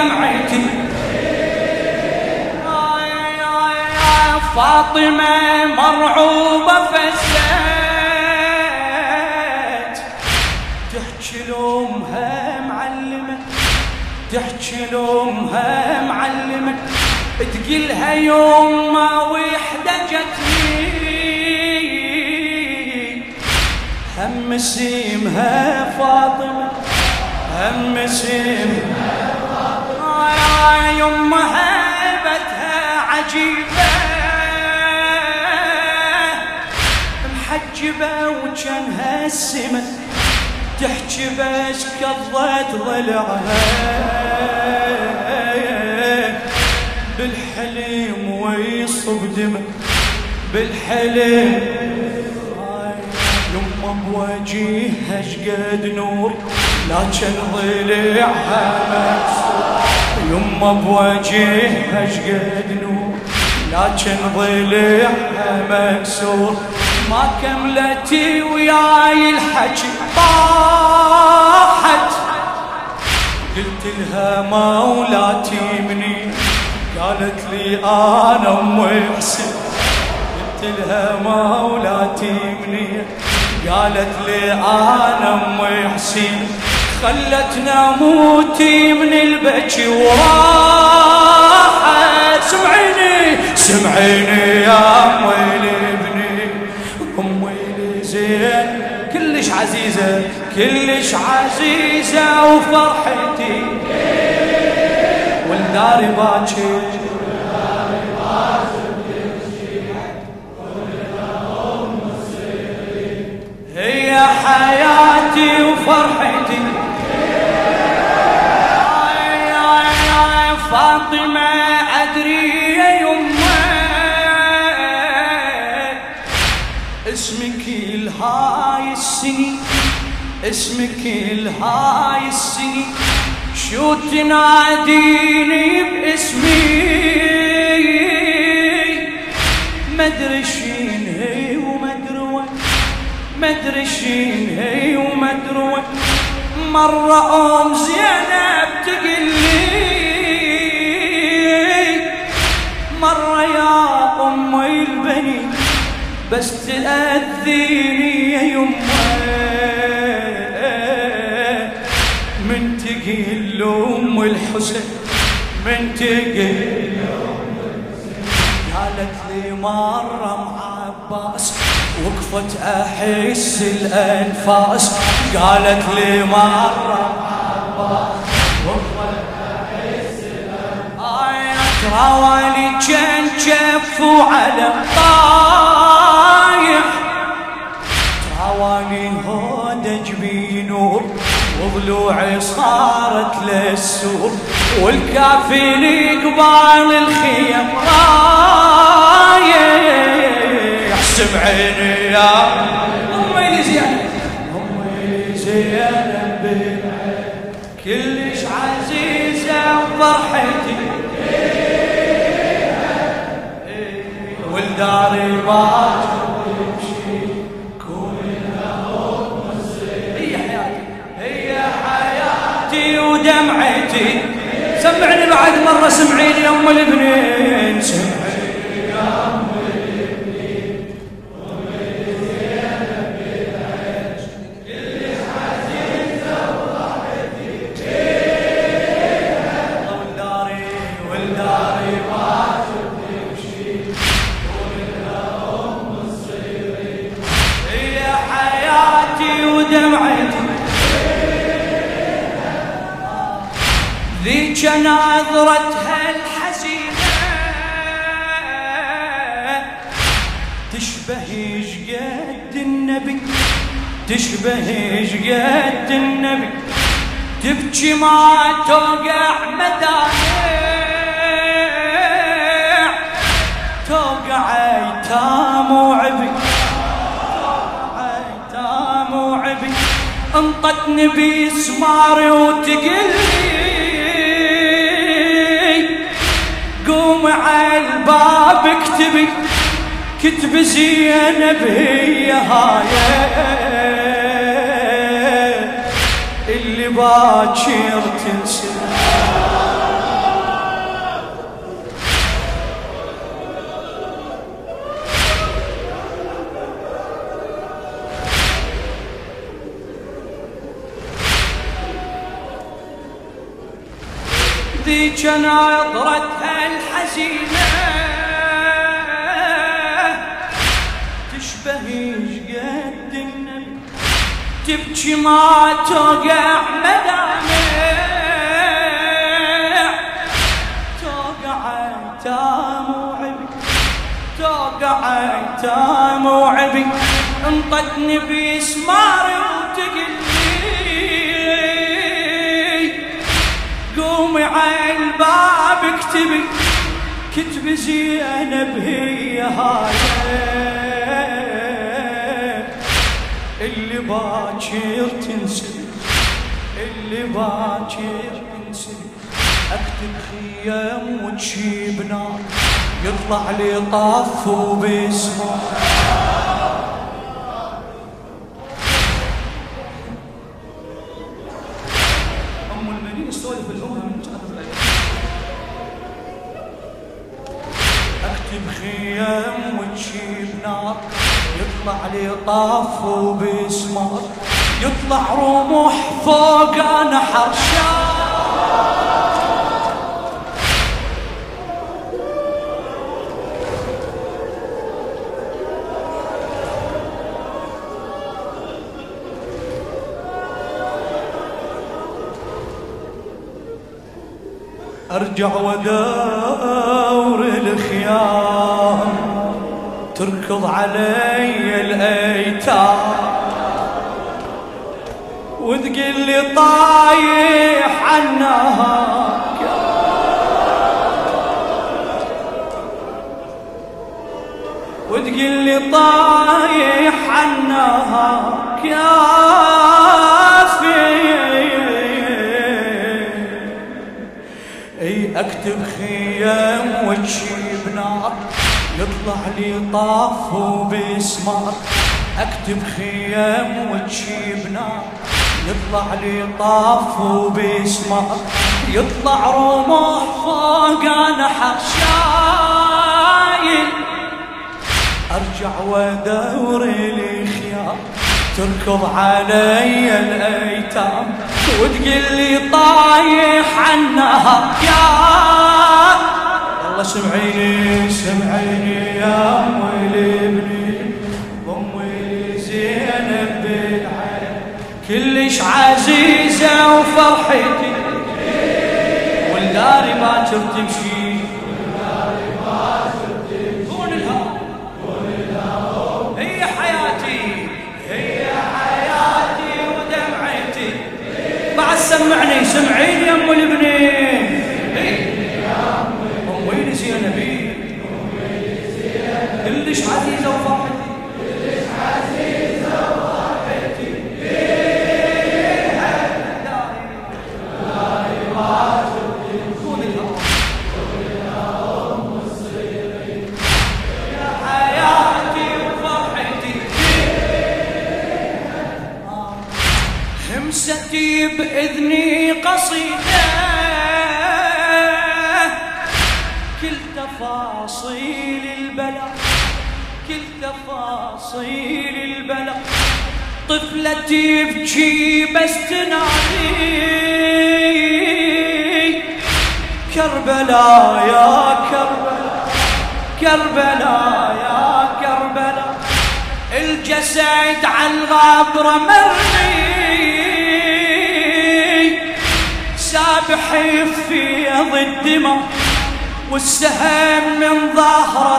ودمعتي فاطمة مرعوبة فزت تحكي لأمها معلمة تحكي لأمها معلمة تقلها يوم ما وحدة جتني هم سيمها فاطمة هم سيمها فاطمة يمها هيبتها عجيبة محجبة وجنها السمة تحكي بس كضت ضلعها بالحلم ويصب دمه بالحلم يما بوجيهها شقد نور لكن ضلعها مكسور يما بوجيهها شقد نور لكن ضلعها مكسور ما كملتي وياي الحكي طاحت قلت لها مولاتي مني قالت لي انا ام حسين قلت لها مولاتي مني قالت لي انا ام حسين خلتنا موتي من البكي وراحت سمعيني سمعيني يا امي لابني امي لزين كلش عزيزه كلش عزيزه وفرحتي والدار باكر هي حياتي وفرحتي فاطمة أدري يا يمه اسمك الهاي السنين اسمك الهاي السنين شو تناديني باسمي مدري شين هي ومدري وين مدري شين هي ومدري وين مرة ام زينب تقلي مرة يا امي البنين بس تأذيني يا يمه من تقل ام الحسين من تقل ام الحسين قالت لي مرة مع عباس وقفت احس الانفاس قالت لي مرة مع عباس وقفت احس الانفاس تراوالي كان جفو على طايح تراوالي هودج بنور وضلوعي صارت للسور والكافي قبال الخيم رايح سمعيني يا امي لزينب امي لزينب كلش عزيزه وفرحتي والداري باكر تمشي ودمعتي سمعني بعد مرة سمعيني يا ام البنين سمعيني يا ام البنين امي زينب بالعيش كلش عزيزة وضحتي والداري باكر تمشي ومنها ام الصغيرين هي حياتي ودمعتي ذيك نظرتها الحزينة تشبه شقد النبي تشبه شقد النبي تبكي ما توقع مدامع توقع ايتام وعبي توقع ايتام وعبي انطتني بسماري وتقلي قوم على الباب اكتبي كتب زينب هي هاي اللي باكر تنسى ذيك نظرتها الحزينة تشبه قد النبي، تبكي ما توقع مدامع، توقع ايتام وعبي، توقع ايتام وعبي، انطتني بسماري وتقلي قومي عالباب اكتبي، كتب زينب هي هاي اللي باكر تنسي، اللي باكر تنسي. اكتب خيام وتشيب نار يطلع لي طاف وباسمه. ام المؤمنين تسولف الامها من جهه الايام. اكتب خيام وتشيب نار يطلع لي طاف وبسمار، يطلع رموح فوق انا حرشان. ارجع ودور الخيام تركض علي الايتام، وتقول لي طايح عنها، وتقول لي طايح عنها كافي. اي اكتب خيام وتشيب نار يطلع لي طاف وبسمار، اكتب خيام وتشيب نار يطلع لي طاف وبسمار، يطلع رموح فوق انا حرشايل. ارجع وادور الخيام تركض علي الايتام، وتقول لي طايح عنها يا الله. سمعيني سمعيني يا ام الابني، امي زينب بالعين كلش عزيزه وفرحتي، والداري ما تمشي كون الهوى، كون الهوى هي حياتي، هي حياتي ودمعتي. بعد سمعني سمعيني يا ام الابني، كلش عزيزة وفرحتي، كلش عزيزة وفرحتي، فيها داري داري ما شفتي كون الهوى، كون الهوى ام الصغيرين يا حياتي وفرحتي. همستي بإذني قصيدة كل تفاصيل البلاء، كل تفاصيل البلاء. طفلتي تبكي بس تنادي كربلاء يا كربلاء، كربلاء يا كربلاء. الجسد على الغبرة مرمي سابح في الدماء، والسهم من ظهره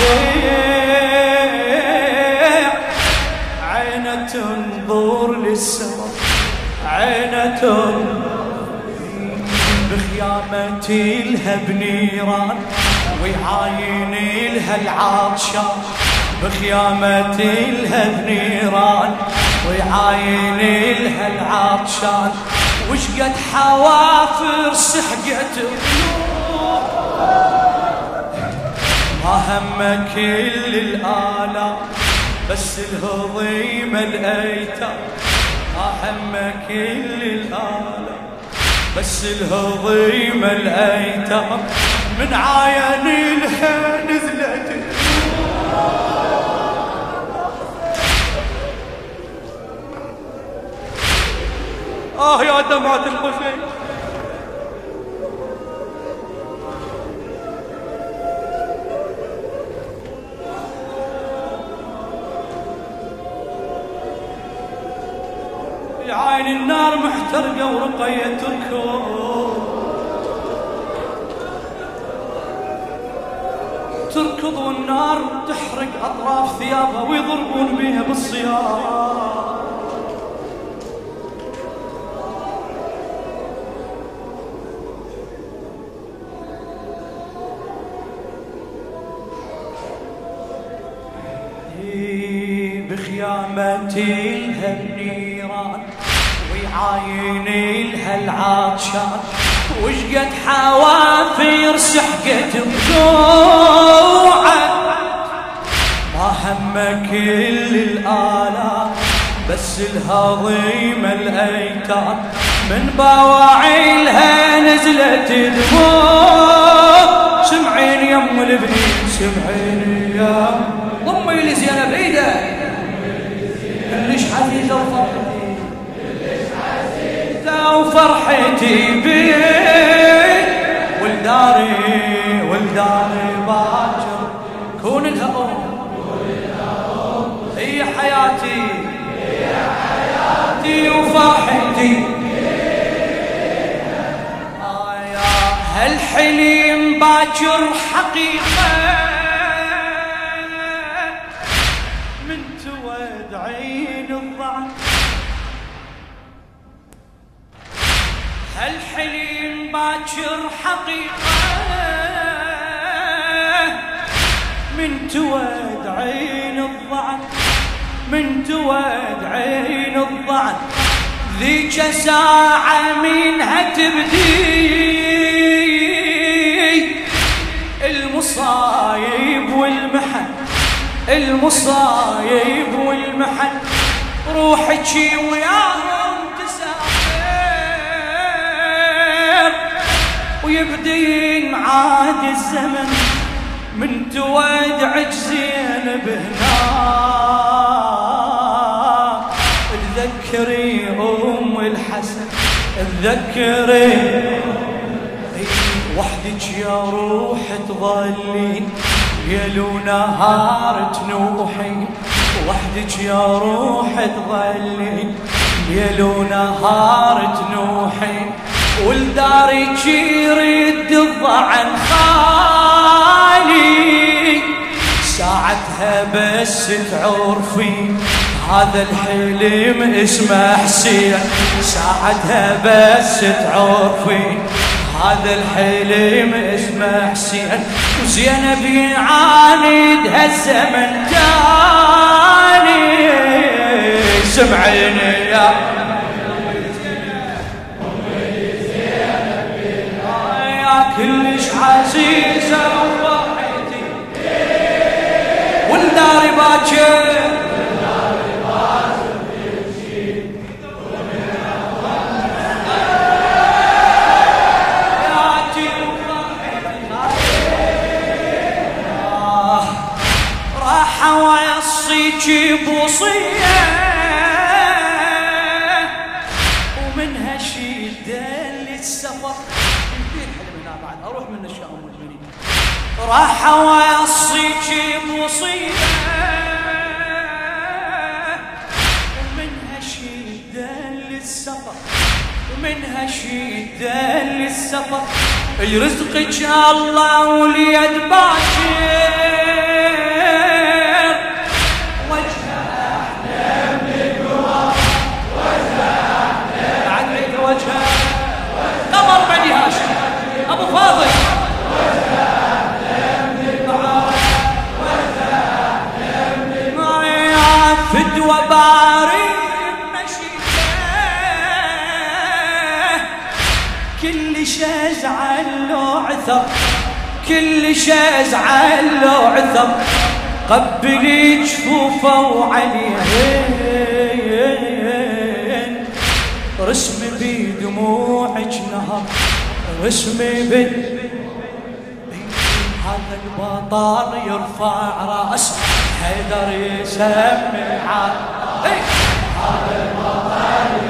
طالع، عينه تنظر للسما، عينه تنظر بخيامة لها بنيران، ويعاين لها العطشان بخيامة لها بنيران، ويعاين لها العطشان. وشقد حوافر سحقت ما همه كل الآلام بس الهضيم الأيتام، ما همه كل الآلام بس الهضيم الأيتام. من عاين لها نزلت يا دمعة الحسين، ترقى ورقية تركض والنار تحرق أطراف ثيابها ويضربون بها بالصياط. بخيامتي لها النيران ويعايني لها العطشان وشقد حوافير سحقت بجوعه ما همه كل الآلام بس الهضيم الأيتام من بواعيلها نزلت دموع. سمعين يم البنين سمعين يا ضمي لي زينب ايده كلش عزيزه وفرحتي بيك ولداري باكر كون لها هي حياتي وفرحتي هالحليم باكر حقيقة من تودعين الضعف هالحليم باكر حقيقة من تودعين الضعف من تودعين الضعف ذيك ساعة منها تبدي المصايب والمحن روحك وياهم تسافر ويبدي معاد الزمن من تودعك زينب هناك. تذكري أم الحسن تذكري وحدك يا روح تظلين ليل ونهار تنوحين وحدك يا روح تظلين ليل ونهار تنوحين ولدارك يرد الضعن خالي ساعتها بس تعرفين هذا الحلم اسمه حسين ساعتها بس تعرفين هذا الحلم اسمه حسين وزينب يعاندها الزمن تاني. سمعيني يا كلش عزيزة وفرحتي والداري باكر بوصية ومنها شدة للسفر يمكن حلمنا بعد أروح من الشام والجنين راح ويصيك بوصية ومنها شدة للسفر يرزقك الله وليد باكر قمر بني هاشم ابو فاضل فدوى باري مشيته كل شي ازعل له عثر كل شي ازعل له عثر قبلي جفوفه وعليهن رسمي بدموعك نهر رسمي هذا البطل يرفع راس حيدر يسمي هذا البطل